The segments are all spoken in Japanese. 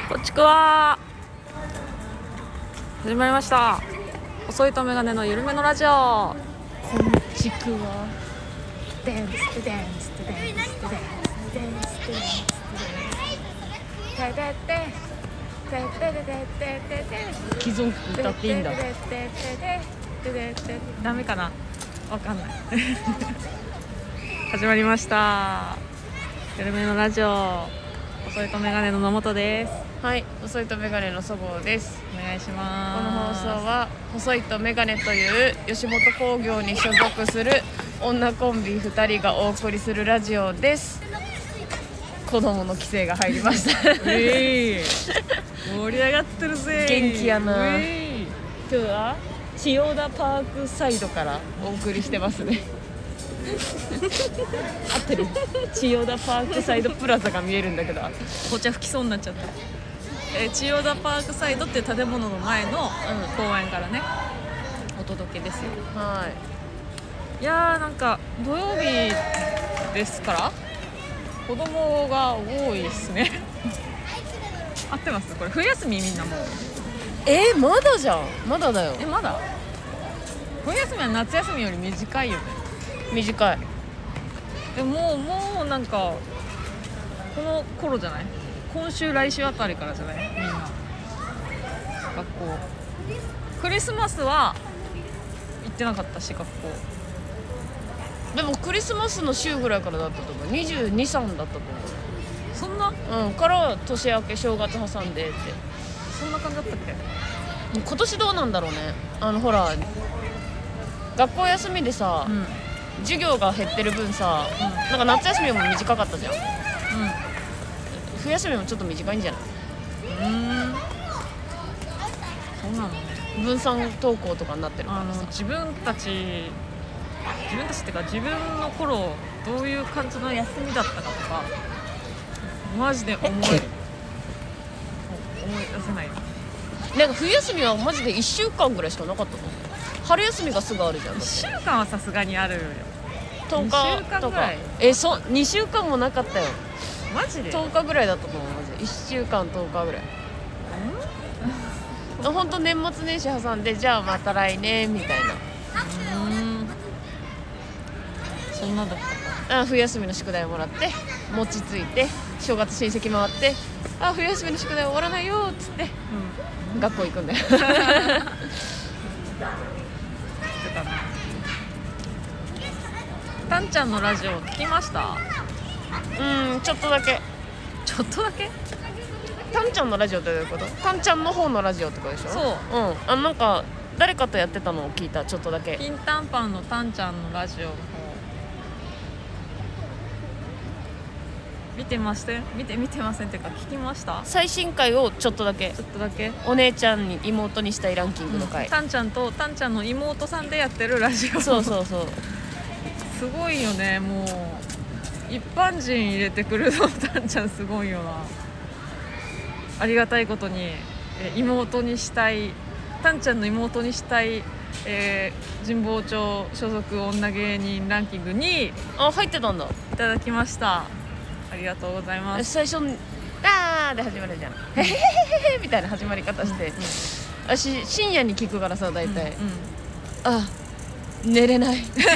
こっちくわ始まりました。細いとメガネのゆるめのラジオ。 こんちくわデンスデンスデンスデンスデンスデンスデンステテテテテテテテ既存歌っていいんだ。 ダメかな、わかんない始まりました。ゆるめのラジオ、細いとメガネの野本です。 はい、細いとメガネのそごうです。 お願いしこのます。 放送は細いとメガネという吉本興業に所属する女コンビ2人がお送りするラジオです。子供の規制が入りました盛り上がってるぜ。 元気やな。今日は千代田パークサイドからお送りしてますね合ってる。千代田パークサイドプラザが見えるんだけど、 紅茶吹きそうになっちゃった。千代田パークサイドっていう建物の前の公園からね、お届けですよ。いやー、なんか土曜日ですから子供が多いですね合ってます？これ冬休みみんなもう。 まだじゃん。まだだよ。 まだ冬休みは夏休みより短いよね。 短い。 でももうなんかこの頃じゃない？今週来週あたりからじゃない？みんな学校。クリスマスは行ってなかったし学校。 でもクリスマスの週ぐらいからだったと思う。22、3だったと思そんなう。から年明け正月挟んでって。 そんな感じだったっけ？ 今年どうなんだろうね。ほら学校休みでさ、授業が減ってる分さ、なんか夏休みも短かったじゃん。冬休みもちょっと短いんじゃない？ そうなのね。 分散登校とかになってるからさ。 自分たちってか自分の頃どういう感じの休みだったかとかマジで思い出せない。 なんか冬休みはマジで1週間ぐらいしかなかったの。春休みがすぐあるじゃん。 1週間はさすがにあるよ。 10 2週間日とか。 ぐらい。 2週間もなかったよ。 マジで 10日ぐらいだったと思う。マジで1週間10日ぐらい。ほんと年末年始挟んで、じゃあまた来年みたいな。 そんなだったか。 冬休みの宿題もらって餅ついて正月親戚回って、冬休みの宿題終わらないよっつって、学校行くんだよたんちゃんのラジオ聞きました？ ちょっとだけ。 ちょっとだけ？ たんちゃんのラジオってどういうこと？たんちゃんの方のラジオってことでしょ？ そう。 なんか誰かとやってたのを聞いた。ちょっとだけ。 ピンタンパンのたんちゃんのラジオの方見てませんっていうか聞きました。 最新回をちょっとだけ。お姉ちゃんに妹にしたいランキングの回。 たんちゃんとたんちゃんの妹さんでやってるラジオ。 そうすごいよね。もう一般人入れてくるのたんちゃんすごいよな。ありがたいことに妹にしたい、たんちゃんの妹にしたい、神保町所属女芸人ランキングに入ってたんだ。 いただきました。ありがとうございます。 最初にあーで始まるじゃん。へへへへへみたいな始まり方して、私深夜に聞くからさ、大体、寝れない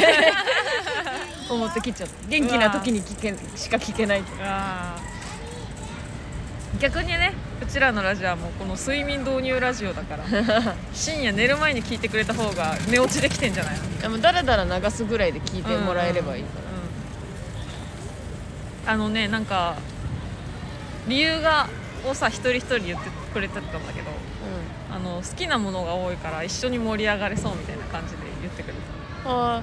思って切っちゃった。元気な時にしか聞けないって。 逆にね、うちらのラジオはもうこの睡眠導入ラジオだから深夜寝る前に聞いてくれた方が寝落ちできてんじゃないの？ でもだらだら流すぐらいで聞いてもらえればいいから、 なんか理由をさ一人一人言ってくれてたんだけど、好きなものが多いから一緒に盛り上がれそうみたいな感じで言ってくれた。あ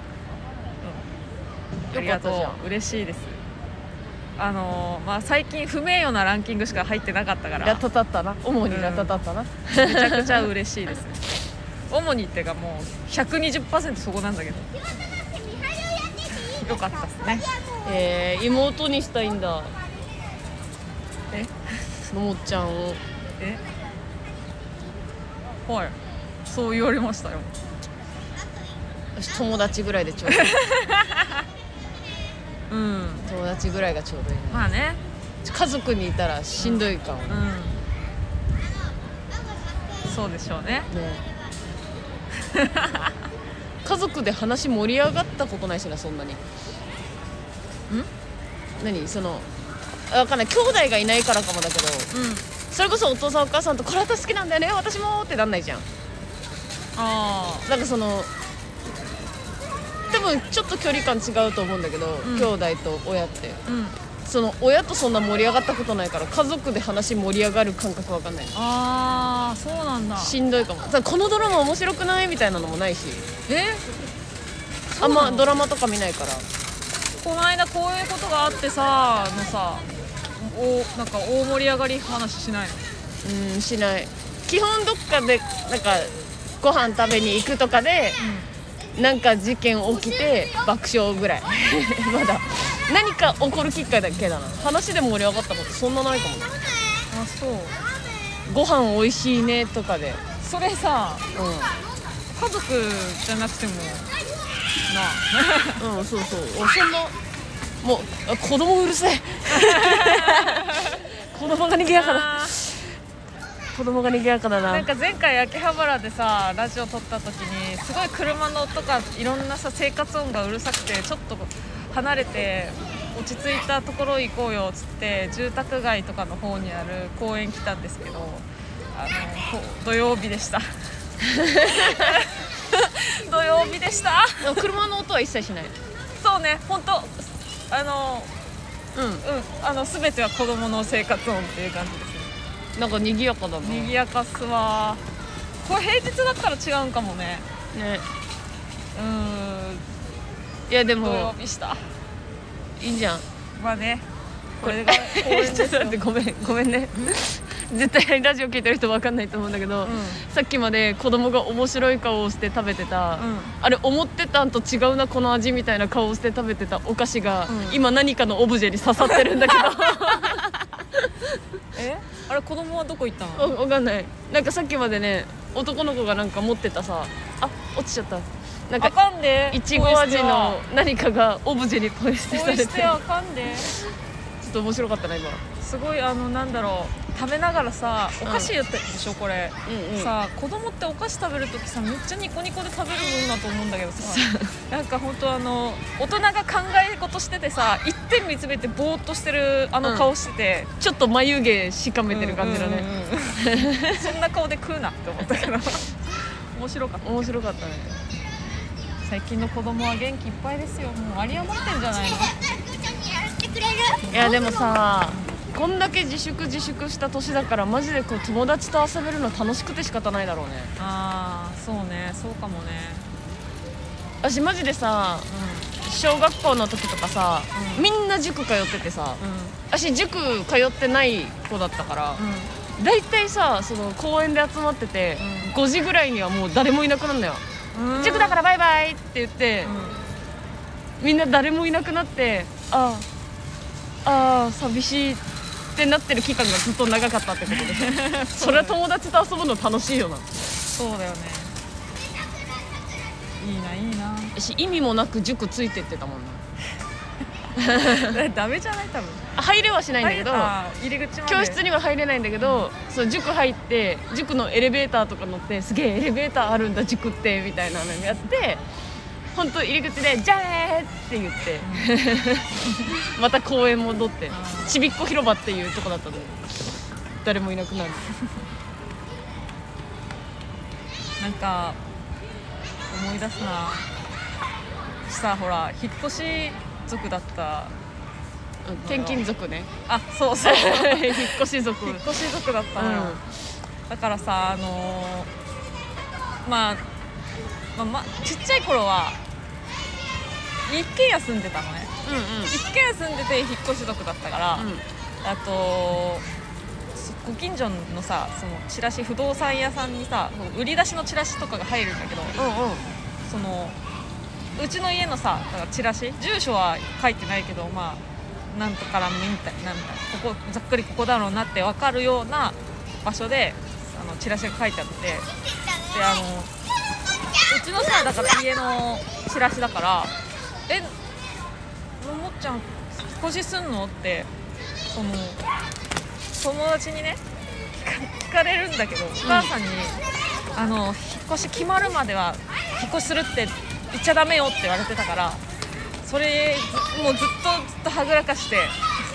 りがとう。嬉しいです。最近不名誉なランキングしか入ってなかったからラタタッタな。主にラタタッタな、 めちゃくちゃ嬉しいです主にっていうかもう 120% そこなんだけどよかったですね。 妹にしたいんだ。のもっちゃんを。 はい、そう言われましたよ。 私友達ぐらいでちょうどいい友達ぐらいがちょうどいいね。 まあね、 家族にいたらしんどいかも、 そうでしょうね。 家族で話盛り上がったことないしな、そんなに。何その分かんない、兄弟がいないからかもだけど、それこそお父さんお母さんとこれ私好きなんだよね私もってなんないじゃん。なんかその多分ちょっと距離感違うと思うんだけど、兄弟と親って、その親とそんな盛り上がったことないから家族で話盛り上がる感覚わかんない。 そうなんだ。 しんどいかも。このドラマ面白くないみたいなのもないし、あんまドラマとか見ないから。 この間こういうことがあってさのさ、なんか大盛り上がり話しないの？ しない。基本どっかでなんかご飯食べに行くとかで、なんか事件起きて爆笑ぐらいまだ何か起こるきっかけだけだな。話で盛り上がったことそんなないかも。 そう。 ご飯美味しいねとかで。 それさ、家族じゃなくてもなそうそう。そんなもう子供うるせえ子供が賑やかだ。子供が賑やかだな。 なんか前回秋葉原でさラジオ撮った時にすごい車の音がいろんなさ生活音がうるさくてちょっと離れて落ち着いたところ行こうよっつって住宅街とかの方にある公園来たんですけど、土曜日でした土曜日でした。 でも車の音は一切しない。 そうね、本当全ては子供の生活音っていう感じですね。 なんか賑やかだな。 賑やかっすわ。これ平日だったら違うんかもね。 いやでも土曜日したいいじゃん。 まあね、これが公園ですよちょっと待ってごめんね絶対ラジオ聞いてる人分かんないと思うんだけど、さっきまで子供が面白い顔をして食べてた、あれ思ってたんと違うなこの味みたいな顔をして食べてたお菓子が、今何かのオブジェに刺さってるんだけどあれ子供はどこ行ったの？ 分かんない。なんかさっきまでね男の子がなんか持ってたさ、落ちちゃった。なんかあかんで、 いちご味の何かがオブジェにポイ捨てされて、 あかんでちょっと面白かったな今。 すごいなんだろう、食べながらさお菓子言ってるでしょこれ、さ子供ってお菓子食べるときさめっちゃニコニコで食べるもんだと思うんだけどさなんか本当大人が考え事しててさ一点見つめてぼーっとしてる顔してて、 ちょっと眉毛しかめてる感じだね。 そんな顔で食うなって思ったけど面白かったね。 最近の子供は元気いっぱいですよ。もう有り余ってんじゃないの？ いやでもさこんだけ自粛した年だからマジでこう友達と遊べるの楽しくて仕方ないだろうね。 そうね、そうかもね。 私マジでさ、小学校の時とかさ、みんな塾通っててさ、私塾通ってない子だったから、だいたいさその公園で集まってて、5時ぐらいにはもう誰もいなくなるんだよ。塾だからバイバイって言って、みんな誰もいなくなって、寂しいってなってる期間がずっと長かったってことでそれは友達と遊ぶの楽しいよな。 そうだよね。いいな私意味もなく塾ついてってたもんなダメじゃない？多分入れはしないんだけど、 入り口まで教室には入れないんだけど、そう塾入って塾のエレベーターとか乗って、すげえエレベーターあるんだ塾ってみたいなのやって、本当入り口でじゃーって言ってまた公園戻ってちびっこ広場っていうとこだったのに誰もいなくなるなんか思い出すな。さほら引っ越し族だった。 転勤族ね。 そう引っ越し族だったのよ、だからさちっちゃい頃は一軒家住んでたのね、一軒家住んでて引っ越し族だったから、あとご近所のさそのチラシ不動産屋さんにさ売り出しのチラシとかが入るんだけど、そのうちの家のさだからチラシ住所は書いてないけどなんとからみたいなここざっくりここだろうなって分かるような場所でチラシが書いてあって、でうちのさだから家のチラシだからももっちゃん引っ越しすんのってその友達にね聞かれるんだけど、お母さんに、引っ越し決まるまでは引っ越しするって言っちゃダメよって言われてたから、それもうずっとはぐらかしても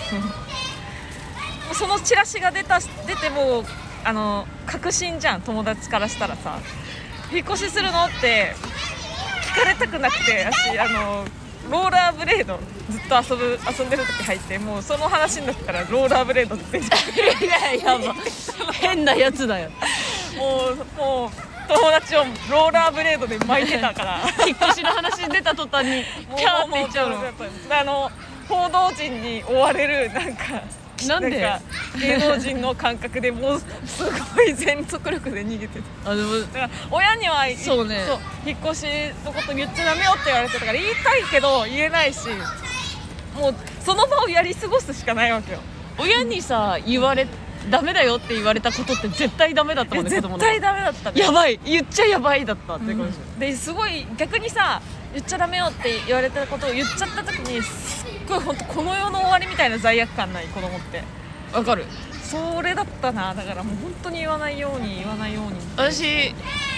うそのチラシが出ても確信じゃん、友達からしたらさ。引っ越しするのって聞かれたくなくて、私ローラーブレードずっと遊んでる時入って、もうその話になったらローラーブレードってやば変なやつだよ。 もう友達をローラーブレードで巻いてたから引っ越しの話出た途端にキャーって言っちゃうの。 報道陣に追われるなんで芸能人の感覚でもうすごい全速力で逃げてた。でもだから親にはそうね、 そう引っ越しのこと言っちゃダメよって言われてたから、言いたいけど言えないし、もうその場をやり過ごすしかないわけよ。 親にさダメだよって言われたことって絶対ダメだったもんね。 絶対ダメだったね。 やばい、言っちゃやばいだったってことでしょ。 ですごい逆にさ、言っちゃダメよって言われたことを言っちゃった時に、すっごい本当この世の終わりみたいな罪悪感ない子供って。 わかる。 それだったな。だからもう本当に言わないように私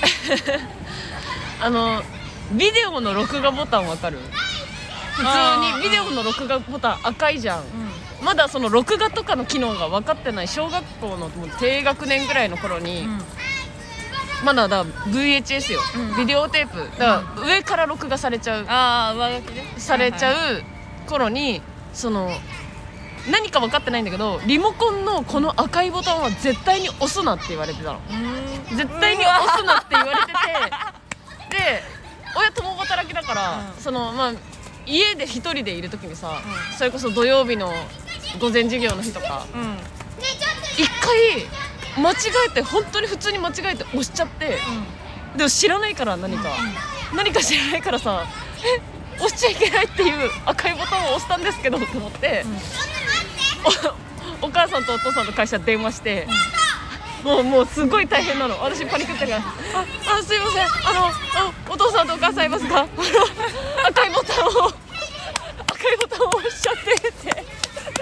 ビデオの録画ボタンわかる？普通にビデオの録画ボタン赤いじゃん、まだその録画とかの機能が分かってない小学校の低学年ぐらいの頃に、まだVHS よ、ビデオテープだから上から録画されちゃう、 上書きねされちゃう頃に、その何か分かってないんだけど、リモコンのこの赤いボタンは絶対に押すなって言われてたの。絶対に押すなって言われててで、親共働きだから、家で一人でいる時にさ、それこそ土曜日の午前授業の日とか、一回間違えて、本当に普通に間違えて押しちゃって、でも知らないから何か知らないからさ、押しちゃいけないっていう赤いボタンを押したんですけどと思って、お母さんとお父さんの会社電話して、もうすごい大変なの。私パニックってるから、すいません、お父さんとお母さんいますか、赤いボタンを押しちゃってって電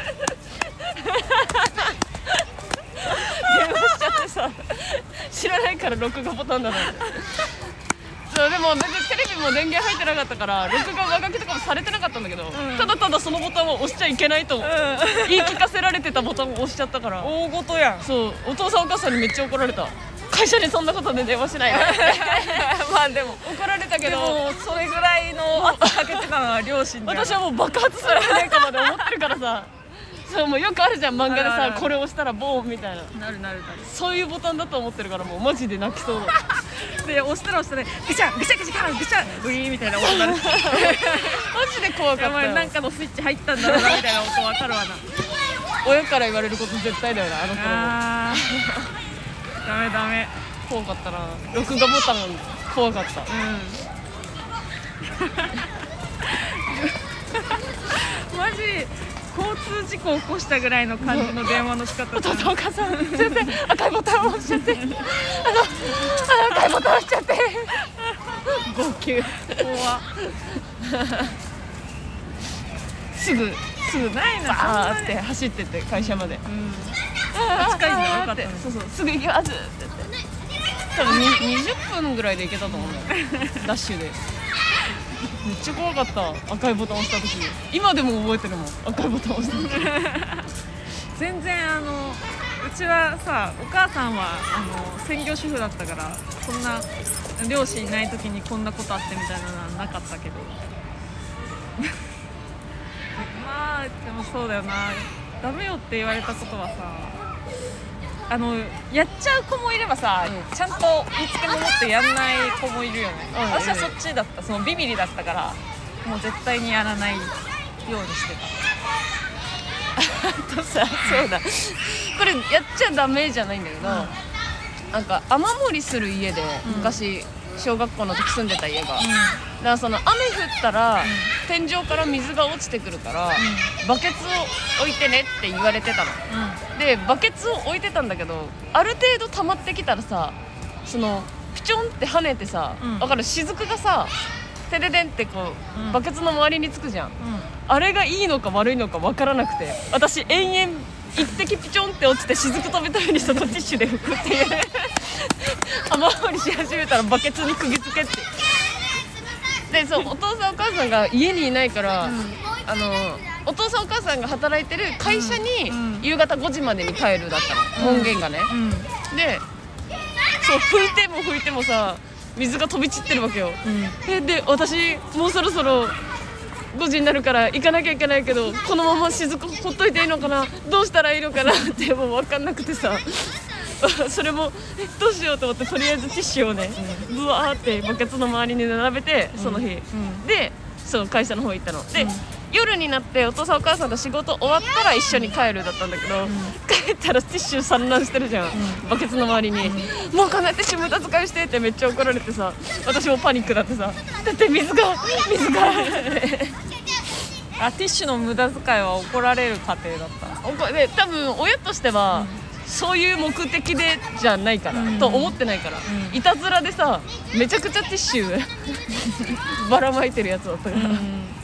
話しちゃってさ、知らないから録画ボタンだなって。そうでも別にテレビも電源入ってなかったから録画上書きとかもされてなかったんだけど、ただただそのボタンを押しちゃいけないと言い聞かせられてたボタンを押しちゃったから、 大事やん。 そう、お父さんお母さんにめっちゃ怒られた。会社にそんなことで電話しないででも怒られたけど、 でもそれぐらいの圧かけてたのは両親だよ。 私はもう爆発するんじゃないかまで思ってるからさそうもうよくあるじゃん、漫画でさ、これ押したらボーンみたいな、 なるそういうボタンだと思ってるから、もうマジで泣きそうで押したらぐちゃぐちゃぐちゃぐちゃグイーみたいな音になるマジで怖かったよ。 なんかのスイッチ入ったんだろうなみたいな音わかるわな。 親から言われること絶対だよな、あの頃も。 ダメ怖かったな、録画ボタン怖かった。 マジ交通事故を起こしたぐらいの感じの電話の仕方。 お父さんお母さんすいません、赤いボタンを押しちゃって赤いボタン押しちゃって号泣。 怖すぐないな、 バーって走ってって会社まで、近いんだよかった。 そうすぐ行きますって言って、多分20分ぐらいで行けたと思うんだよダッシュで。めっちゃ怖かった、赤いボタン押した時。今でも覚えてるもん、赤いボタン押した時全然うちはさ、お母さんは専業主婦だったから、そんな両親いない時にこんなことあってみたいなのはなかったけどまあでもそうだよな、ダメよって言われたことはさ、やっちゃう子もいればさ、ちゃんと言いつけも持ってやんない子もいるよね。私はそっちだった。そのビビリだったからもう絶対にやらないようにしてたとさ、そうだ、これやっちゃダメじゃないんだけど、なんか雨漏りする家で、昔小学校の時住んでた家が、だからその雨降ったら、天井から水が落ちてくるから、バケツを置いてねって言われてたの、でバケツを置いてたんだけど、ある程度溜まってきたらさ、そのピチョンって跳ねてさ、わかる、雫がさテレデンってこう、バケツの周りにつくじゃん、 あれがいいのか悪いのか分からなくて、私延々一滴ピチョンって落ちて雫飛ぶためにそのティッシュで拭くっていう雨漏りし始めたらバケツに釘付けって。でそうお父さんお母さんが家にいないから、お父さんお母さんが働いてる会社に夕方5時までに帰るだったの、門限がね、でそう拭いてもさ水が飛び散ってるわけよ、で私もうそろそろ5時になるから行かなきゃいけないけど、このまま雫ほっといていいのかな、どうしたらいいのかなってもう分かんなくてさそれもどうしようと思って、とりあえずティッシュをねブワーってバケツの周りに並べて、その日、でその会社の方行ったので、夜になってお父さんお母さんと仕事終わったら一緒に帰るだったんだけど、帰ったらティッシュ散乱してるじゃん、バケツの周りに、もうこんなティッシュ無駄遣いしてってめっちゃ怒られてさ、私もパニックだってさ、だって水があ、ティッシュの無駄遣いは怒られる家庭だった。 で多分親としては、そういう目的でじゃないから、と思ってないから、いたずらでさめちゃくちゃティッシュばらまいてるやつだったから、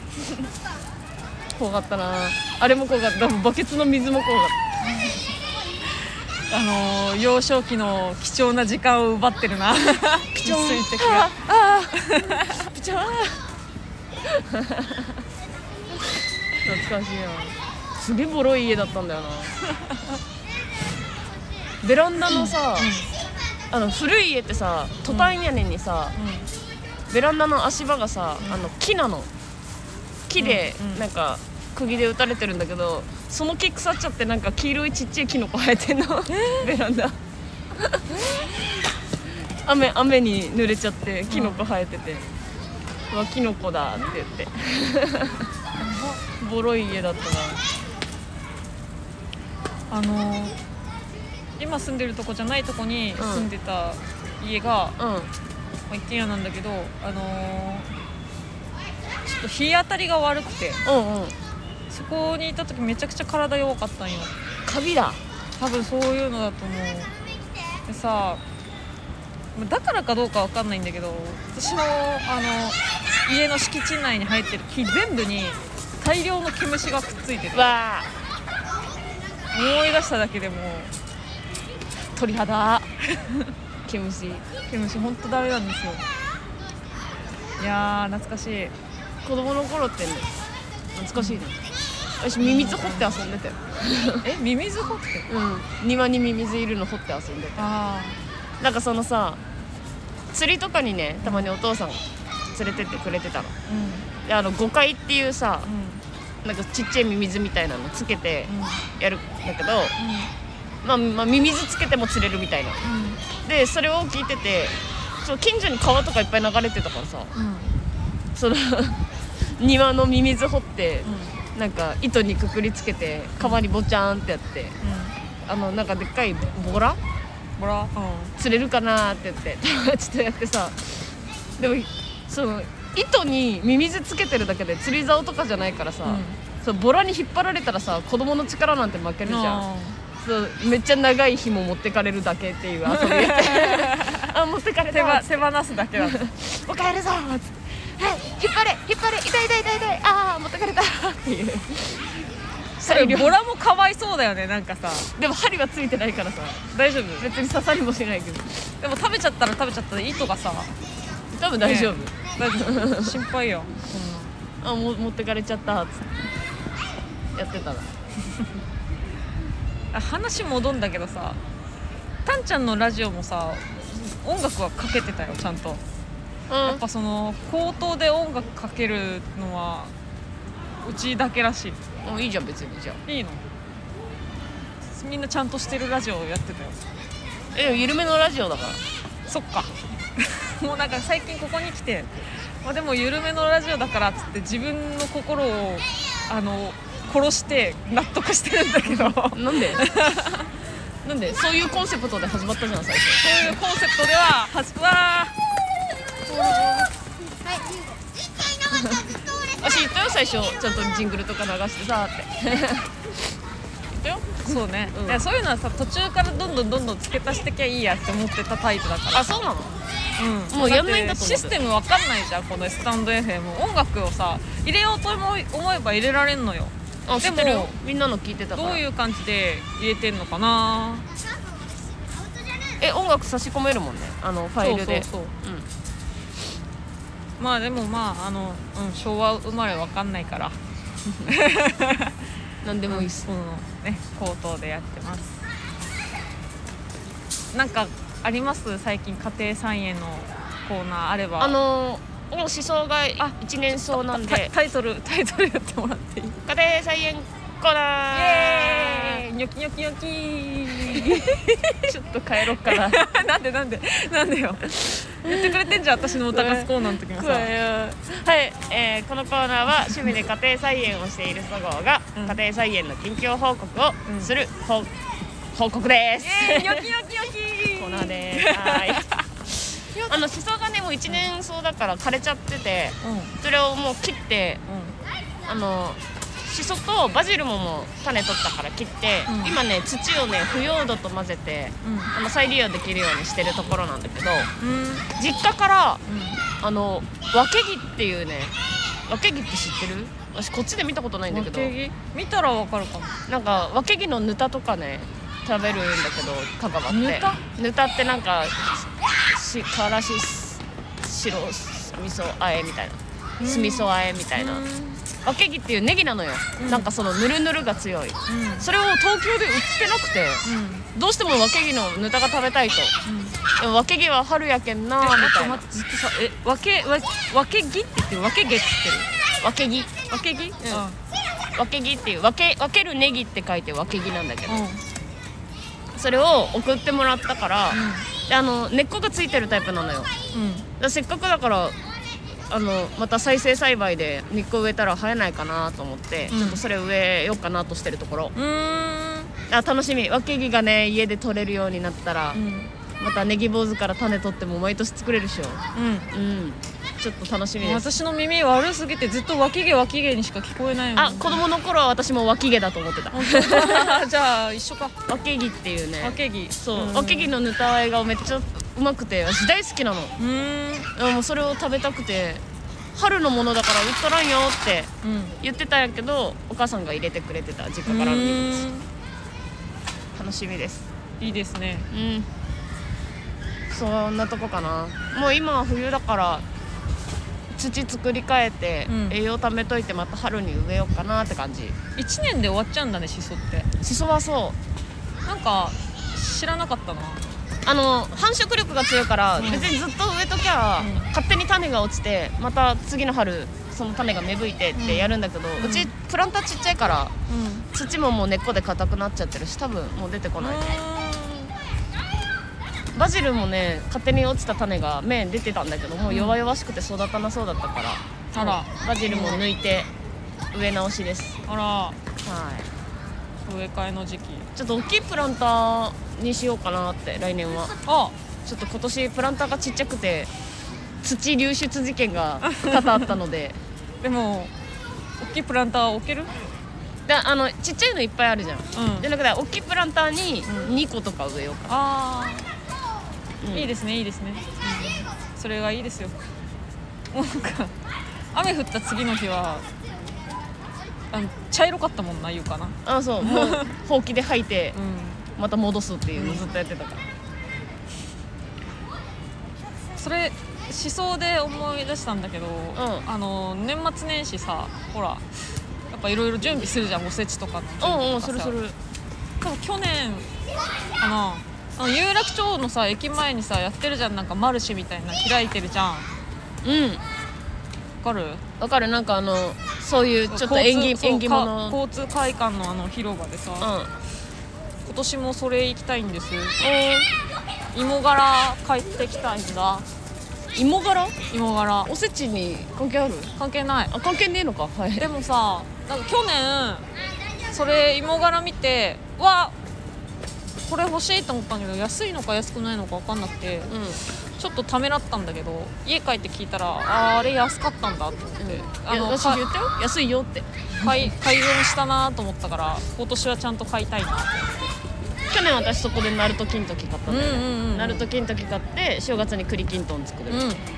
怖かったな。あれも怖かった。バケツの水も怖かった。 幼少期の貴重な時間を奪ってるな貴重水滴がピチャー懐かしいな。すげえボロい家だったんだよなベランダのさ、古い家ってさトタン屋根にさ、ベランダの足場がさ、木なの。木でなんか釘で打たれてるんだけど、その木腐っちゃってなんか黄色いちっちゃいキノコ生えてんのベランダ雨に濡れちゃってキノコ生えてて、うわキノコだって言ってボロい家だったな。 今住んでるとこじゃないとこに住んでた家が、一軒家なんだけど、ちょっと日当たりが悪くて、そこにいた時めちゃくちゃ体弱かったんよ。 カビだ多分そういうのだと思う。でさ、だからかどうかわかんないんだけど、私の家の敷地内に生えてる木全部に大量の毛虫がくっついてて、 わ思い出しただけでも鳥肌毛虫ほんとダメなんですよ。いやー懐かしい。 子供の頃ってね、懐かしいね。私ミミズ掘って遊んでたよミミズ掘って、 庭にミミズいるの掘って遊んでた。なんかそのさ、釣りとかにねたまにお父さん連れてってくれてたの、で5階っていうさ、なんかちっちゃいミミズみたいなのつけてやるんだけど、まあミミズつけても釣れるみたいな、でそれを聞いてて、近所に川とかいっぱい流れてたからさ、その庭のミミズ掘って、なんか糸にくくりつけて川にボチャーンってやって、なんかでっかいボラ、釣れるかなって言って友達とやってさ、でもその糸にミミズつけてるだけで釣り竿とかじゃないからさ、そうボラに引っ張られたらさ子供の力なんて負けるじゃん。そうめっちゃ長い紐持ってかれるだけっていう遊びやって持ってかれた手放すだけだおかえるぞっつって、引っ張れ痛い持ってかれたっていうそれボラもかわいそうだよね。なんかさ、 でも針はついてないからさ大丈夫。 別に刺さりもしないけど、 でも食べちゃったら糸がさ多分大丈夫、 心配よ持ってかれちゃったっつってやってたら話戻んだけどさ、たんちゃんのラジオもさ音楽はかけてたよちゃんと、やっぱその口頭で音楽かけるのはうちだけらしい。 いいじゃん別に。じゃあいいの？みんなちゃんとしてるラジオをやってたよ。 緩めのラジオだから。 そっかもうなんか最近ここに来て、でも緩めのラジオだからっつって自分の心を殺して納得してるんだけどなんでそういうコンセプトで始まったじゃん最初。 そういうコンセプトでは私言ったよ最初、ちゃんとジングルとか流してさって言ったよ。 そうね、 うんいやそういうのはさ途中からどんどん付け足してきゃいいやって思ってたタイプだから。 あ、そうなの？ うん、 もうやんないんだと思ってシステムわかんないじゃんこのスタンド FM。 音楽をさ入れようと思えば入れられんのよ。 あ、知でもってるよ。みんなの聞いてたから。 どういう感じで入れてんのかな。 音楽差し込めるもんね、ファイルで。 そううんまあでもまあ昭和生まれわかんないからなんでもいいっす。 このね口頭でやってます。なんかあります最近家庭菜園のコーナーあれば。 思想が一年草なんで、 タイトル言ってもらっていい？ 家庭菜園コーナー。 イエーイニョキニョキニョキーちょっと帰ろっかな。 なんでよ言ってくれてんじゃん私のおたかすコーナーの時もさ。 はい、このコーナーは趣味で家庭菜園をしているそごうが、 うん家庭菜園の近況報告をする、報告です。 ニョキニョキニョキコーナーです。はい。シソがねもう一年草だから枯れちゃってて、それをもう切って、シソとバジルももう種取ったから切って、今ね土をね腐葉土と混ぜて、再利用できるようにしてるところなんだけど、実家から、分け木っていうね、分け木って知ってる？私こっちで見たことないんだけど、 見たらわかるかも。 なんか分け木のぬたとかね食べるんだけど、香川ってぬたってなんかからし白味噌あえみたいな、酢味噌あえみたいな、分け木っていうネギなのよ、なんかそのぬるぬるが強い、それを東京で売ってなくて、どうしても分け木のぬたが食べたいと、でも分け木は春やけんなみたいな。 ずっとさ分け木って言ってる？分け毛って言ってる？ 分け木分け木？ 分け木っていう分けるネギって書いて分け木なんだけど、それを送ってもらったから、で根っこがついてるタイプなのよ、だからせっかくだからまた再生栽培で根っこ植えたら生えないかなと思って、ちょっとそれ植えようかなとしてるところ。楽しみ。分け木がね家で取れるようになったら、またネギ坊主から種取っても毎年作れるでしょ。ちょっと楽しみです。 私の耳悪すぎてずっと脇毛にしか聞こえないもん。 子供の頃は私も脇毛だと思ってた。 じゃあ一緒か。 脇毛っていうね。 脇毛。 そう。脇毛のぬたあえがめっちゃうまくて、私大好きなの。もうそれを食べたくて、春のものだから売っとらんよって言ってたんやけど、お母さんが入れてくれてた、実家からの荷物。楽しみです。 いいですね。 そんなとこかな。もう今は冬だから土作り変えて、栄養貯めといてまた春に植えようかなって感じ。 1年で終わっちゃうんだね、シソって。 シソはそうなんか知らなかったな。 繁殖力が強いから、別にずっと植えときゃ、勝手に種が落ちてまた次の春その種が芽吹いてってやるんだけど、うちプランターちっちゃいから、土ももう根っこで硬くなっちゃってるし、多分もう出てこない。バジルもね勝手に落ちた種が芽出てたんだけど、もう弱々しくて育たなそうだったから、バジルも抜いて植え直しです。 植え替えの時期。 ちょっと大きいプランターにしようかなって、来年は。ちょっと今年プランターがちっちゃくて土流出事件が多々あったのででも大きいプランター置ける？ ちっちゃいのいっぱいあるじゃん、じゃなくて大きいプランターに2個とか植えようかな。 いいですね、いいですね、それがいいですよ。もうなんか雨降った次の日は茶色かったもんな、言うかな。 そうもうほうきで吐いて、また戻すっていうのずっとやってたから、 それしそうで思い出したんだけど、年末年始さ、ほらやっぱいろいろ準備するじゃん、おせちとかって。 するする。 多分去年かな、有楽町のさ駅前にさやってるじゃん、なんかマルシェみたいな開いてるじゃん。わかる？ わかる。なんかそういうちょっと縁起物、 交通会館の広場でさ、今年もそれ行きたいんです。芋がら帰ってきたいんだ。 芋がら？ 芋がら。 おせちに関係ある？ 関係ない。 関係ねえのか。 でもさ、なんか去年それ芋がら見て、わ、 これ欲しいと思ったんだけど安いのか安くないのか分かんなくて、 うんちょっとためらったんだけど家帰って聞いたらあれ安かったんだって思って、 いや私言ったよ安いよって改善したなと思ったから今年はちゃんと買いたいなと思って。 去年私そこでナルト金時買ったんだよね、ナルト金時買って正月に栗きんとん作る、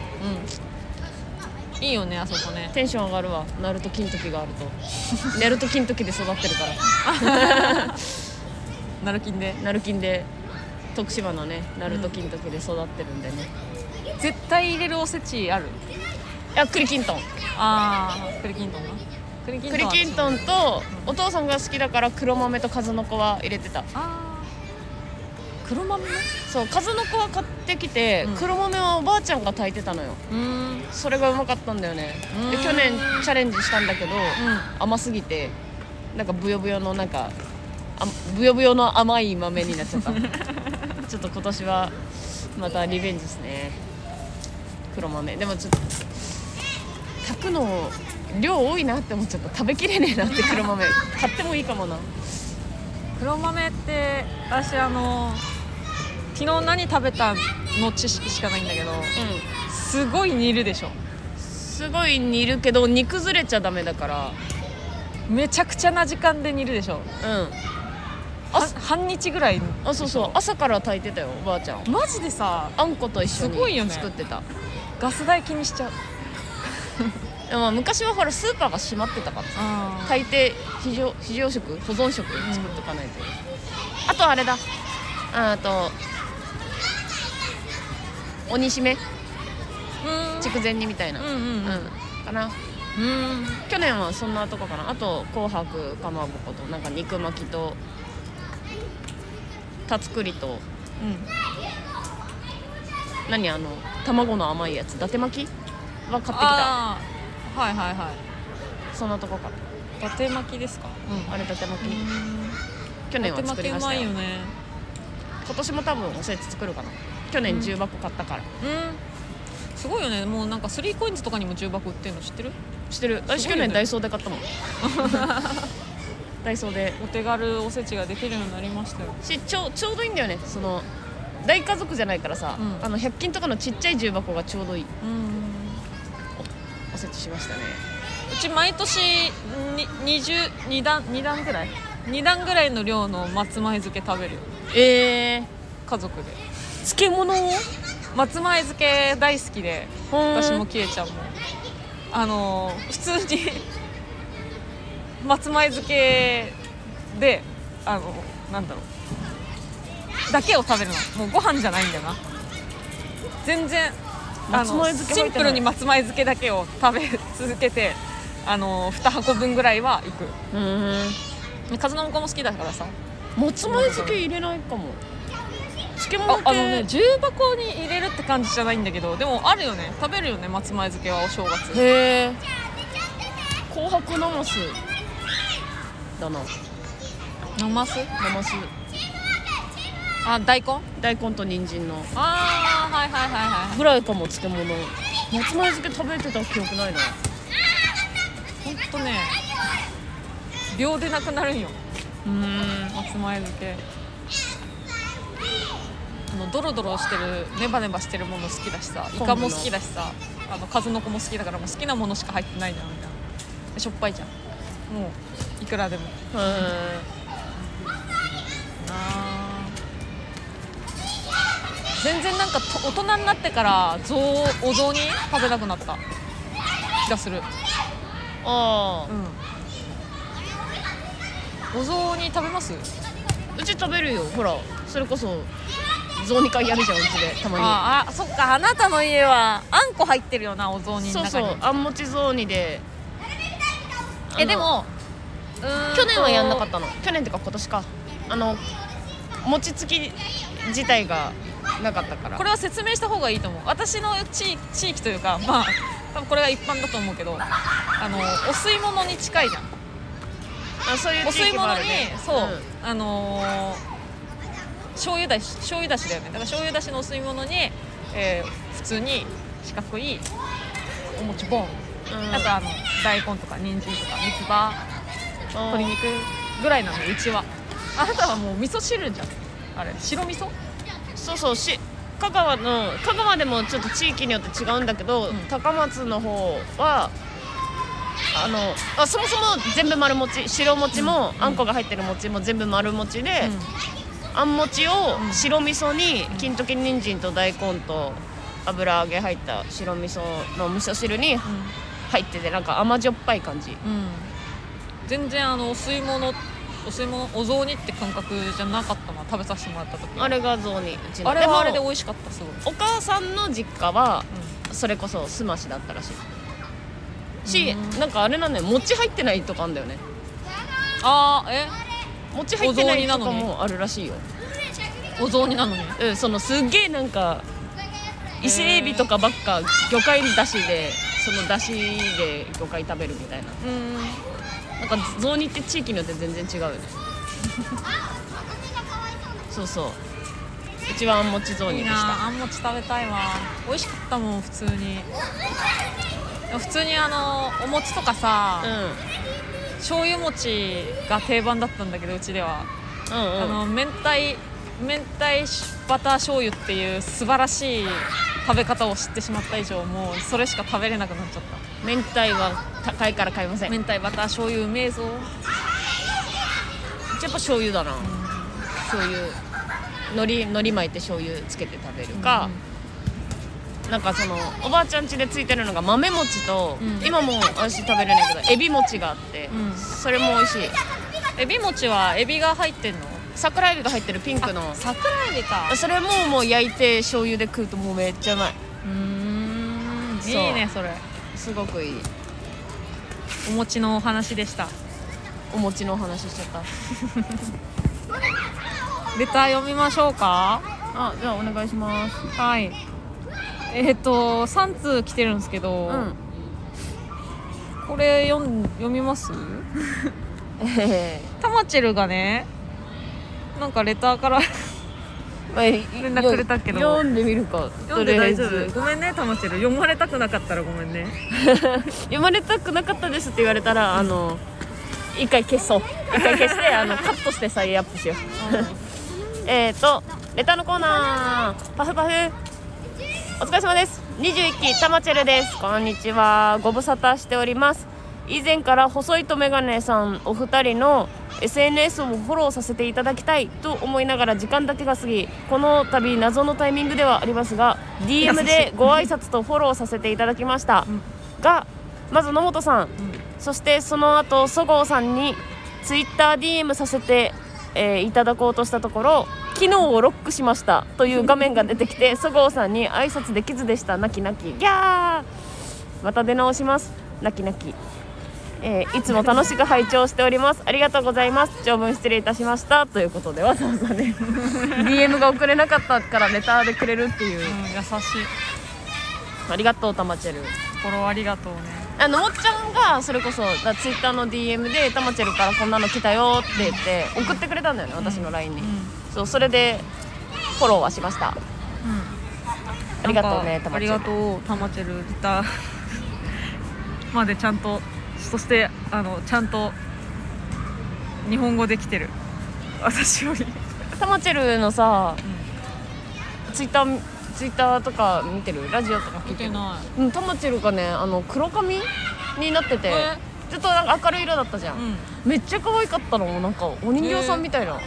いいよねあそこね。 テンション上がるわナルト金時があるとナルト金時で育ってるからナルキンでナルキンで徳島のねナルト金時で育ってるんでね、 絶対入れるおせちある？ いや栗きんとん栗きんとんな。栗栗きんとんとお父さんが好きだから黒豆と数の子は入れてた。 黒豆ね。 そう数の子は買ってきて、黒豆はおばあちゃんが炊いてたのよ。それがうまかったんだよね。で去年チャレンジしたんだけど、甘すぎてなんかブヨブヨのなんかブヨブヨの甘い豆になっちゃったちょっと今年はまたリベンジですね黒豆。でもちょっと炊くの量多いなって思っちゃった。食べきれねえなって黒豆買ってもいいかもな。 黒豆って私昨日何食べたの知識しかないんだけど、すごい煮るでしょ。 すごい煮るけど煮崩れちゃダメだからめちゃくちゃな時間で煮るでしょ。半日ぐらい。 そうそう朝から炊いてたよおばあちゃん。 マジでさあんこと一緒すごいよねに作ってた。 ガス代気にしちゃうでも昔はほらスーパーが閉まってたからさ大抵非常食保存食作っとかないと、あとあれだ鬼しめ筑前煮みたいなかな。去年はそんなとこかな。あと紅白かまぼことなんか肉巻きとたつくりと、何卵の甘いやつ伊達巻きは買ってきた。 はいはいはい。 そんなとこから伊達巻きですか？ あれ伊達巻き去年は作りましたよ。 伊達巻きうまいよね。 今年も多分おせち作るかな。去年10箱買ったから。 すごいよね。もうなんか3COINSとかにも10箱売ってるの知ってる？ 知ってる。私去年ダイソーで買ったもんダイソーでお手軽おせちができるようになりましたよ。 ちょうどいいんだよね。その大家族じゃないからさ、100均とかのちっちゃい重箱がちょうどいい。おせちしましたね。 うち毎年2段ぐらい2段ぐらいの量の松前漬け食べるよ。家族で漬物を松前漬け大好きで、私もきえちゃんも普通に松前漬けでなんだろうだけを食べるの。もうご飯じゃないんだよな。全然シンプルに松前漬けだけを食べ続けて2箱分ぐらいはいく。数の子も好きだからさ。 松前漬け入れないかも。漬物って重箱に入れるって感じじゃないんだけど、でもあるよね。食べるよね松前漬けはお正月。 へえ。紅白なますだな。 なます大根と人参のはいぐらいかも。漬物松前漬け食べてた記憶ないな。 ほんとね秒でなくなるんよ松前漬け。ドロドロしてるネバネバしてるもの好きだしさ、イカも好きだしさ、数の子も好きだからもう好きなものしか入ってないじゃんみたいな。しょっぱいじゃんもういくらでも。全然なんか大人になってからお雑煮食べたくなった気がする。お雑煮食べます？ うち食べるよ。ほらそれこそ雑煮会やるじゃんうちでたまに。そっかあなたの家はあんこ入ってるよなお雑煮の中に。 そうあんもち雑煮で。 でも去年はやんなかったの。去年ってか今年か。餅つき自体がなかったから。 これは説明した方がいいと思う。私の地域というか多分これが一般だと思うけどお吸い物に近いじゃん。 そういう地域もあるね。 お吸い物に醤油だしだよね。だから醤油だしのお吸い物に、普通に四角いお餅ボン、あと大根とか人参とか三つ葉鶏肉ぐらいなのうちは。あなたはもう味噌汁じゃん。 あれ白味噌。 そうそう香川でもちょっと地域によって違うんだけど、高松の方はそもそも全部丸餅、白餅も、あんこが入ってる餅も全部丸餅で、あん餅を白味噌に金時人参と大根と油揚げ入った白味噌の味噌汁に入ってて、なんか甘じょっぱい感じ。 全然お吸い物お雑煮って感覚じゃなかったな、食べさせてもらった時。 あれが雑煮、うちの。 あれはあれで美味しかった。すごい。 お母さんの実家は、それこそすましだったらしいなんかあれなんだよ、餅入ってないとかあんだよね。餅入ってないとかもあるらしいよ。 お雑煮なのに。 そのすっげえなんか伊勢エビとかばっか魚介だしで、そのだしで魚介食べるみたいな。なんか雑煮って地域によって全然違うよねそうそう、うちはあんもち雑煮でした。 いいな、あんもち食べたいわ。美味しかったもん普通に。普通にお餅とかさ、醤油餅が定番だったんだけど、うちでは、明太バター醤油っていう素晴らしい食べ方を知ってしまった以上、もうそれしか食べれなくなっちゃった。 明太は高いから買いません。 明太バター醤油うめえぞ。 うちやっぱ醤油だな、醤油海苔巻いて醤油つけて食べるか、なんかそのおばあちゃん家でついてるのが豆餅と、今もう私食べれないけどエビ餅があって、それも美味しい。 エビ餅はエビが入ってんの？ 桜エビが入ってるピンクの。 桜エビか。 それもう焼いて醤油で食うともうめっちゃうまい。 いいね、それすごくいい。 お餅のお話でした。 お餅のお話しちゃったレター読みましょうか。 じゃあお願いします。 はい、3通来てるんですけど、これ読みますタマチェルがね、なんかレターから連絡くれたけど、 読んでみるか。 読んで大丈夫？ごめんねタマチェル、読まれたくなかったらごめんね読まれたくなかったですって言われたら、一回消そう。一回消してカットして再アップしようレターのコーナー、パフパフお疲れ様です。21期タマチェルです。こんにちは、ご無沙汰しております。以前から細いとメガネさんお二人の SNS をフォローさせていただきたいと思いながら時間だけが過ぎ、この度謎のタイミングではありますが DM でご挨拶とフォローさせていただきましたが、まず野本さん、そしてその後そごうさんに TwitterDM させて、いただこうとしたところ、機能をロックしましたという画面が出てきてそごうさんに挨拶できずでした。泣き泣きギャー。また出直します。泣き泣き。いつも楽しく拝聴しております。ありがとうございます。長文失礼いたしましたということで、わざわざねDM が送れなかったからレターでくれるっていう、 優しい。 ありがとうタマチェル。 フォローありがとうね。 もっちゃんがそれこそツイッターの DM でタマチェルからこんなの来たよって言って送ってくれたんだよね、私の LINE に。それでフォローはしました。ありがとうねタマチェル。 ありがとうタマチェル。レターまでちゃんと、そしてちゃんと日本語できてる私よりタマチェルのさ、ツイッターとか見てる？ラジオとか聞いてる？ 見てない。 タマチェルがね黒髪になってて、ずっとなんか明るい色だったじゃん、めっちゃ可愛かったの。なんかお人形さんみたいな、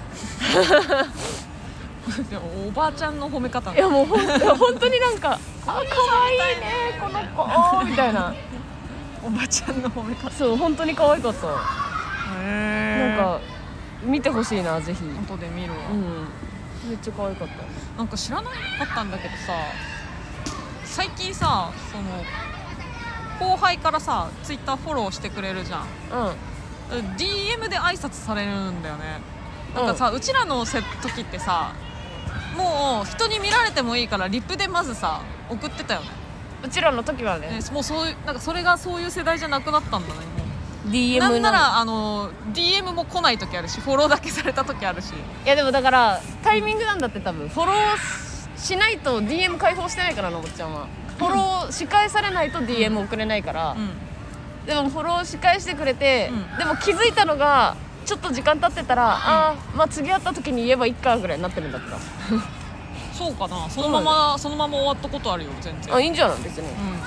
おばあちゃんの褒め方。 いやもう本当になんか可愛いねこの子みたいなおばちゃんの褒め方。 そう本当に可愛かった。なんか見てほしいな、ぜひ。 後で見るわ。 めっちゃ可愛かった。 なんか知らなかったんだけどさ、最近さ、その後輩からさツイッターフォローしてくれるじゃん。DM で挨拶されるんだよね。なんかさ、うちらの時ってさ、もう人に見られてもいいからリプでまずさ送ってたよね。 うちらの時はね、 もうそういう、なんかそれがそういう世代じゃなくなったんだね。もう DM なんならDM も来ない時あるし、フォローだけされた時あるし。 いやでもだからタイミングなんだって。多分フォローしないと DM 開放してないから、のぼっちゃんはフォローし返されないと DM 送れないから、でもフォローし返してくれて、でも気づいたのがちょっと時間経ってたら、まあ次会った時に言えばいいかぐらいになってるんだったらそうかな、そのまま終わったことあるよ全然。 いいんじゃない別に。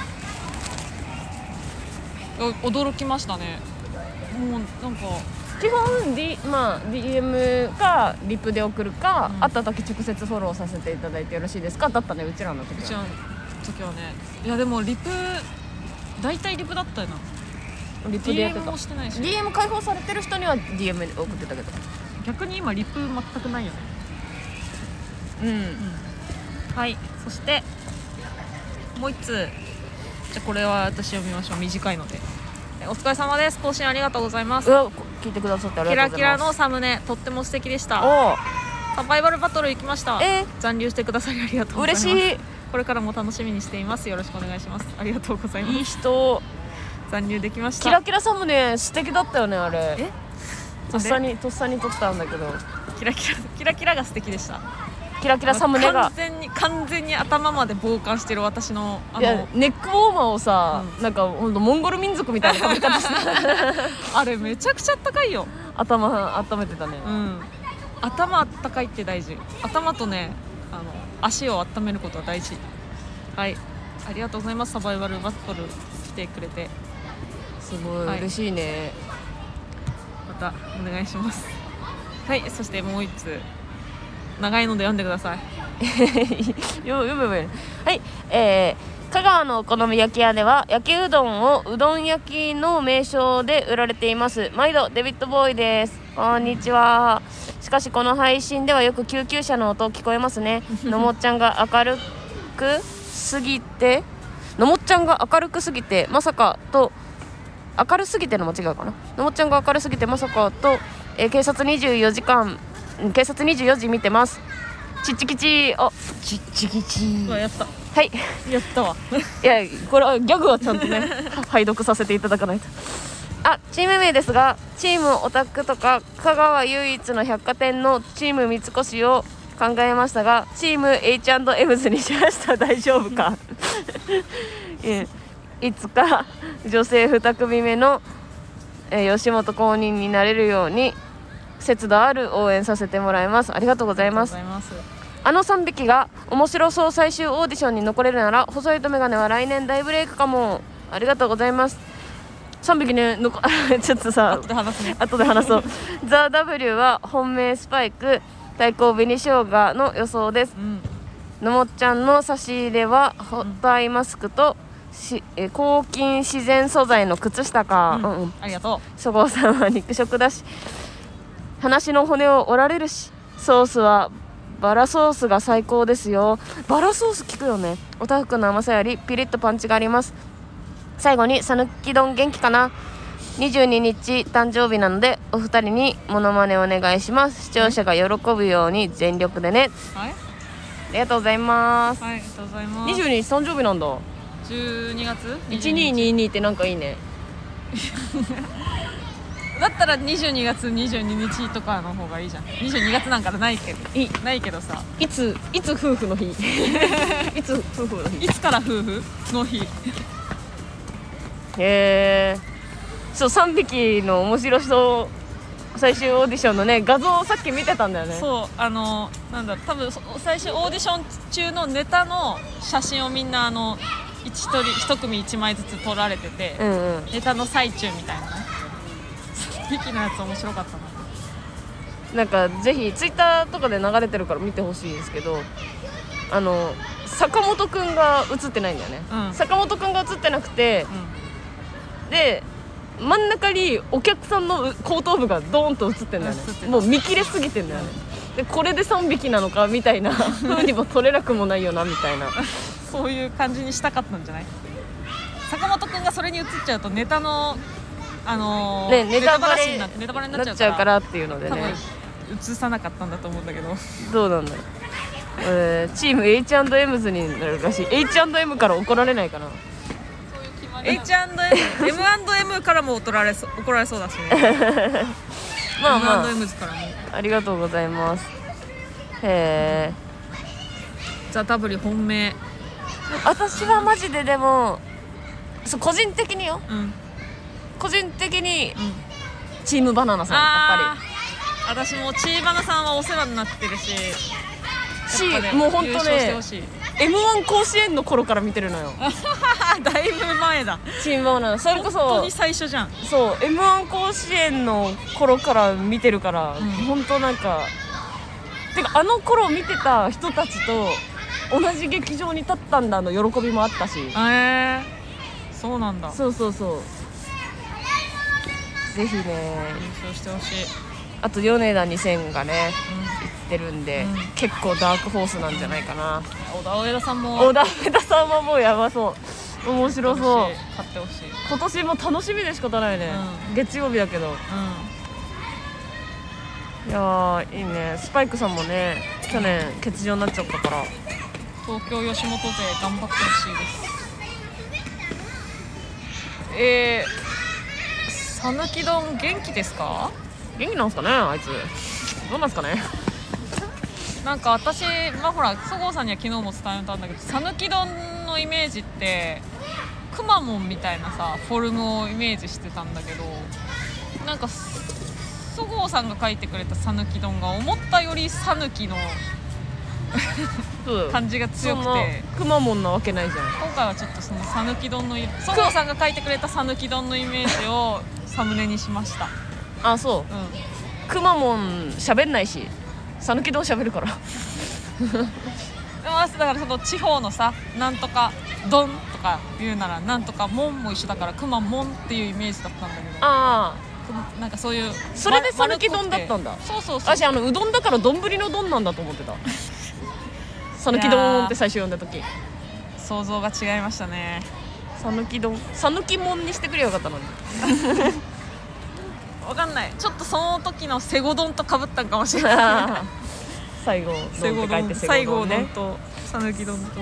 驚きましたね。もうなんか基本、DM かリプで送るか、会った時直接フォローさせていただいてよろしいですかだったね、うちらの時は。 うちの時はね、いやでもリプ大体リプだったよな。 リプでやって DM た。 もしてないし DM 開放されてる人には DM で送ってたけど。 逆に今リプ全くないよね。はい、そしてもう一通、じゃあこれは私読みましょう、短いので。お疲れ様です、更新ありがとうございます。 聞いてくださってありキがとうございます。 ラキラのサムネとっても素敵でした。 おサバイバルバトル行きました。残留してくださりありがとうございます。 嬉しい。 これからも楽しみにしています。よろしくお願いします。ありがとうございます。 いい人。 残留できました。 キラキラサムネ素敵だったよね、あれ。とっさに撮ったんだけど、 キラキラが素敵でした。 キラキラサムネが完全に頭まで膨漢してる私のいやネックウォーマーをさ、なんかほんとモンゴル民族みたいな髪型してあれめちゃくちゃあったかいよ。 頭温めてたね。 頭あったかいって大事。頭とね、足を温めることは大事。はい、ありがとうございます。サバイバルバトル来てくれてすごい嬉しいね。 またお願いします。はい、そしてもう一つ長いので読んでください。 読めばいい。はい、香川のお好み焼き屋では焼きうどんをうどん焼きの名称で売られています。毎度デビッドボーイです。こんにちは。しかしこの配信ではよく救急車の音聞こえますね。のもっちゃんが明るくすぎてまさかと明るすぎての間違いかな。のもっちゃんが明るすぎてまさかと、警察24時見てます。ちっちきちちっちきちやった。 はいやったわ。 いやこれはギャグはちゃんとね拝読させていただかないと。チーム名ですが、チームオタクとか香川唯一の百貨店のチーム三越を考えましたが、チーム H&M ズにしました。大丈夫かいつか女性2組目の、吉本公認になれるように節度ある応援させてもらいます。ありがとうございます。3匹が面白そう最終オーディションに残れるなら、細いとメガネは来年大ブレイクかも。ありがとうございます。3匹ねちょっとさ後で話そうザ・ W は本命スパイク、対抗紅生姜の予想です。のもっちゃんの差し入れはホットアイマスクと抗菌自然素材の靴下か。 ありがとう。そごうさんは肉食だし話の骨を折られるし、ソースはバラソースが最高ですよ。バラソース効くよね。おたふくの甘さよりピリッとパンチがあります。最後にさぬき丼元気かな。22日誕生日なのでお二人にモノマネお願いします。視聴者が喜ぶように全力でね。 はい、 ありがとうございます。 はい、ありがとうございます。 22日誕生日なんだ。 12月 1222ってなんかいいねだったら22月22日とかの方がいいじゃん。22月なんかないけどさ、 いつ夫婦の日いつ夫婦の日、 いつから夫婦の日そう、3匹の面白そう最終オーディションのね画像をさっき見てたんだよね。 そうなんだ、多分最終オーディション中のネタの写真をみんな1組1枚ずつ撮られてて、ネタの最中みたいなね。3匹のやつ面白かったな。なんかぜひツイッターとかで流れてるから見てほしいんですけど、坂本くんが映ってないんだよね。坂本くんが映ってなくて、で真ん中にお客さんの後頭部がドーンと映ってんだよね。もう見切れすぎてんだよね。でこれで3匹なのかみたいな風にも撮れなくもないよなみたいなそういう感じにしたかったんじゃない。坂本くんがそれに映っちゃうとネタのネタバレになっちゃうからっていうのでね、多分映さなかったんだと思うんだけど。 どうなんだろう。チーム H&M ズになるらしい。 H&M から怒られないかな。 H&M からも怒られそうだしねまあ M&M ズからもありがとうございます。 ザ・ダブリ本命。 私はマジででも個人的によ、個人的に、 チームバナナさんやっあー、私もチーバナさんはお世話になってるし、やっぱねもうほんと優勝してねほしい。 M1 甲子園の頃から見てるのよ。 だいぶ前だ。 チームバナナそれこそ本当に最初じゃん。 そう M1 甲子園の頃から見てるから、本当なんかてかあの頃見てた人たちと同じ劇場に立ったんだの喜びもあったし、 そうなんだ。 そうそうそうぜひね優勝してほしい。 あと米田2000がね行ってるんで、結構ダークホースなんじゃないかな。 小田上田さんも小田上田さんはもうやばそう面白そう買ってほしい。 今年も楽しみで仕方ないね、月曜日だけど、いやーいいね。スパイクさんもね去年欠場になっちゃったから東京吉本勢頑張ってほしいです。さぬき丼元気ですか？ 元気なんすかねあいつどうなんすかね。 なんか私、ほらそごうさんには昨日も伝えたんだけど、さぬき丼のイメージってくまモンみたいなさフォルムをイメージしてたんだけど、なんかそごうさんが書いてくれたさぬき丼が思ったよりさぬきの感じが強くて、 くまモンなわけないじゃん。 今回はちょっとそのさぬき丼のそごうさんが書いてくれたさぬき丼のイメージをサムネにしました。 あ、そうくまモン喋んないしさぬき丼喋るからだからその地方のさなんとか丼とか言うならなんとかモンも一緒だからくまモンっていうイメージだったんだけど、 あなんかそういうそれでさぬき丼だったんだ。 そうそうそう。 私うどんだから丼の丼なんだと思ってたさぬき丼って最初読んだ時想像が違いましたね。 さぬき丼さぬきもんにしてくれよかったのにわかんない、ちょっとその時のセゴ丼とかぶったんかもしれない最後丼って書いて西郷丼ね丼とさぬき丼と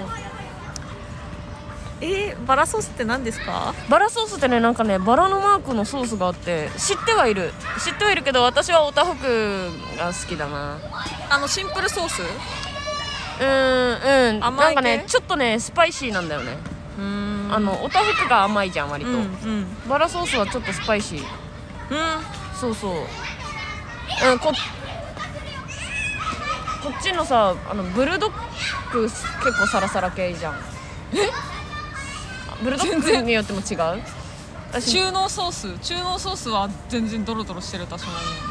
バラソースって何ですか？ バラソースってねなんかねバラのマークのソースがあって知ってはいるけど私はおたふくが好きだな。 シンプルソース？ 甘いなんかね系ちょっとねスパイシーなんだよね。おたふくが甘いじゃん割と、バラソースはちょっとスパイシー。そうそう、こっちのさブルドッグ結構サラサラ系じゃん。ブルドッグによっても違う？ 中濃ソースは全然ドロドロしてる多少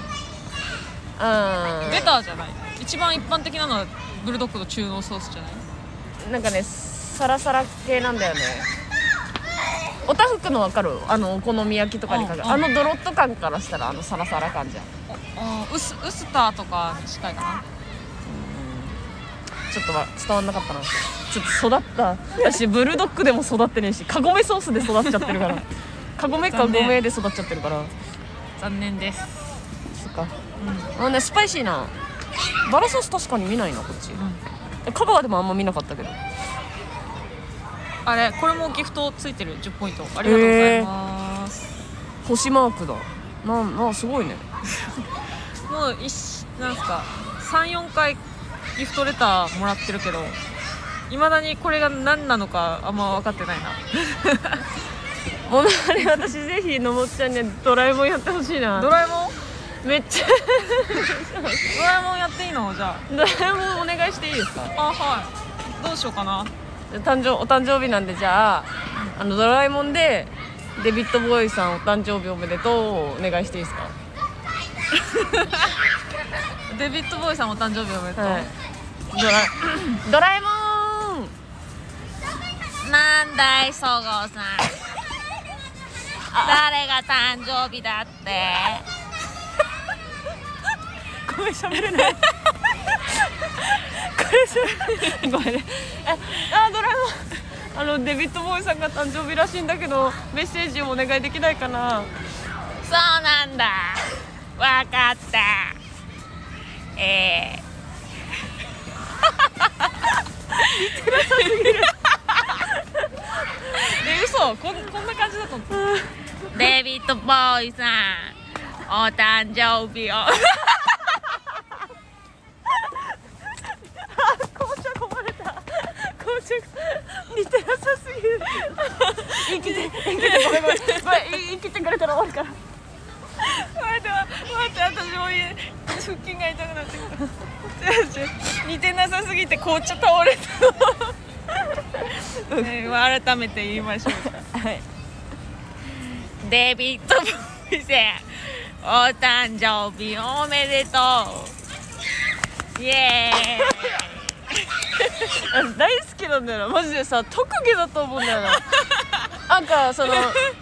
ベターじゃない。一番一般的なのはブルドッグと中濃ソースじゃない？ なんかねサラサラ系なんだよね。おたふくの分かる？お好み焼きとかにかけるドロッと感からしたらサラサラ感じゃん。 ウスターとかに近いかな。 ちょっと伝わんなかったな。ちょっと育った私ブルドッグでも育ってねえしカゴメソースで育っちゃってるからカゴメで育っちゃってるから残念です。 そっか、ねスパイシーなバラソース確かに見ないなこっち、香川でもあんま見なかったけど。 あれこれもギフトついてる10ポイントありがとうございます。 星マークだすごいねもうなんすか 3,4 回ギフトレターもらってるけどいまだにこれが何なのかあんま分かってないなもうあれ私ぜひのもっちゃんにドラえもんやってほしいな。 ドラえもんめっちゃドラえもんやっていいの？じゃあドラえもんお願いしていいですか？ はいどうしようかな。 お誕生日なんでじゃあドラえもんでデビッド・ボーイさんお誕生日おめでとうをお願いしていいですか？ デビッド・ボーイさんお誕生日おめでとう、 ドラえもんなんだいそごうさん誰が誕生日だってごめん喋れないごめんねドラえもんデビッド・ボーイさんが誕生日らしいんだけどメッセージをお願いできないかな。 そうなんだわかった似てなさすぎる嘘こんな感じだと思ったデビッド・ボーイさんお誕生日を紅茶こぼれた似てなさすぎる生きてごめん生きてくれたら終わるからたくなってきた。違う似てなさすぎて紅茶倒れた。改めて言いましょうか。はい。デビッド・ボイセお誕生日おめでとう。イエーイ。 大好きなんだよなマジでさ、特技だと思うんだよな。なんかその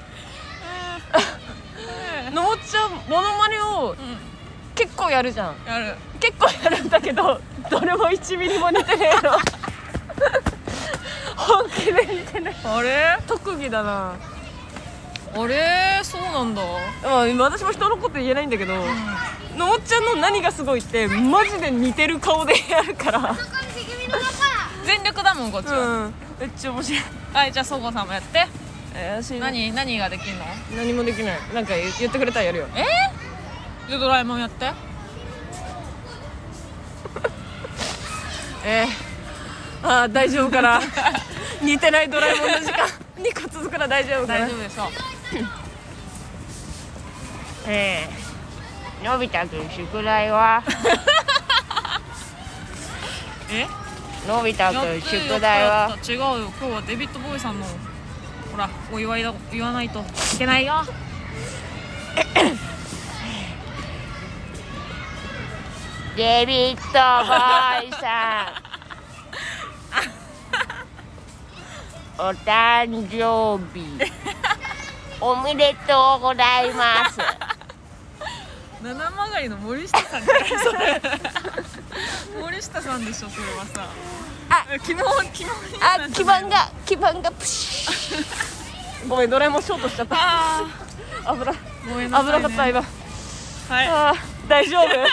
のもっちゃんモノマネを結構やるじゃん。 やる。 結構やるんだけどどれも1ミリも似てねえの。本気で似てない。 あれ特技だな。 あれそうなんだ。 私も人のこと言えないんだけど、のもっちゃんの何がすごいってマジで似てる顔でやるから全力だもんこっちは。 めっちゃ面白い。 はいじゃあそごさんもやって。 私何ができんの？ 何もできない。なんか言ってくれたらやるよ。 じゃあドラえもんやって。 大丈夫かな。似てないドラえもんの時間2個続くから大丈夫かな。 大丈夫でしょう。 のび太くん宿題はのび太くん宿題は違うよ。今日はデビッド・ボーイさんのほらお祝いだ言わないといけないよ。 デビッド・ボーイさんお誕生日おめでとうございます。 七曲りの森下さんじゃないそれ。森下さんでしょそれはさ。基盤がプシッ。ごめんドラえもんショートしちゃった。危なかった今。はい。 大丈夫？ ちょ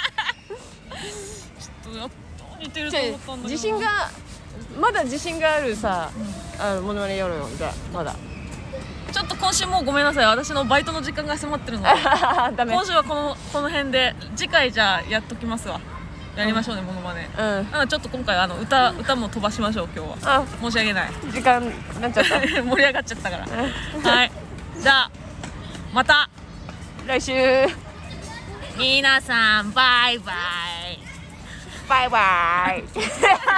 っとやっと似てると思ったんだけど。 まだ自信があるさ、モノマネやろうよ。じゃあまだ。 ちょっと今週もうごめんなさい。私のバイトの時間が迫ってるのでダメ。 今週はこの辺で次回じゃあやっときますわ。やりましょうね、モノマネ。ちょっと今回歌も飛ばしましょう今日は。申し訳ない。 時間なっちゃった盛り上がっちゃったからはいじゃあまた来週。 皆さんバイバイ。 バイバイ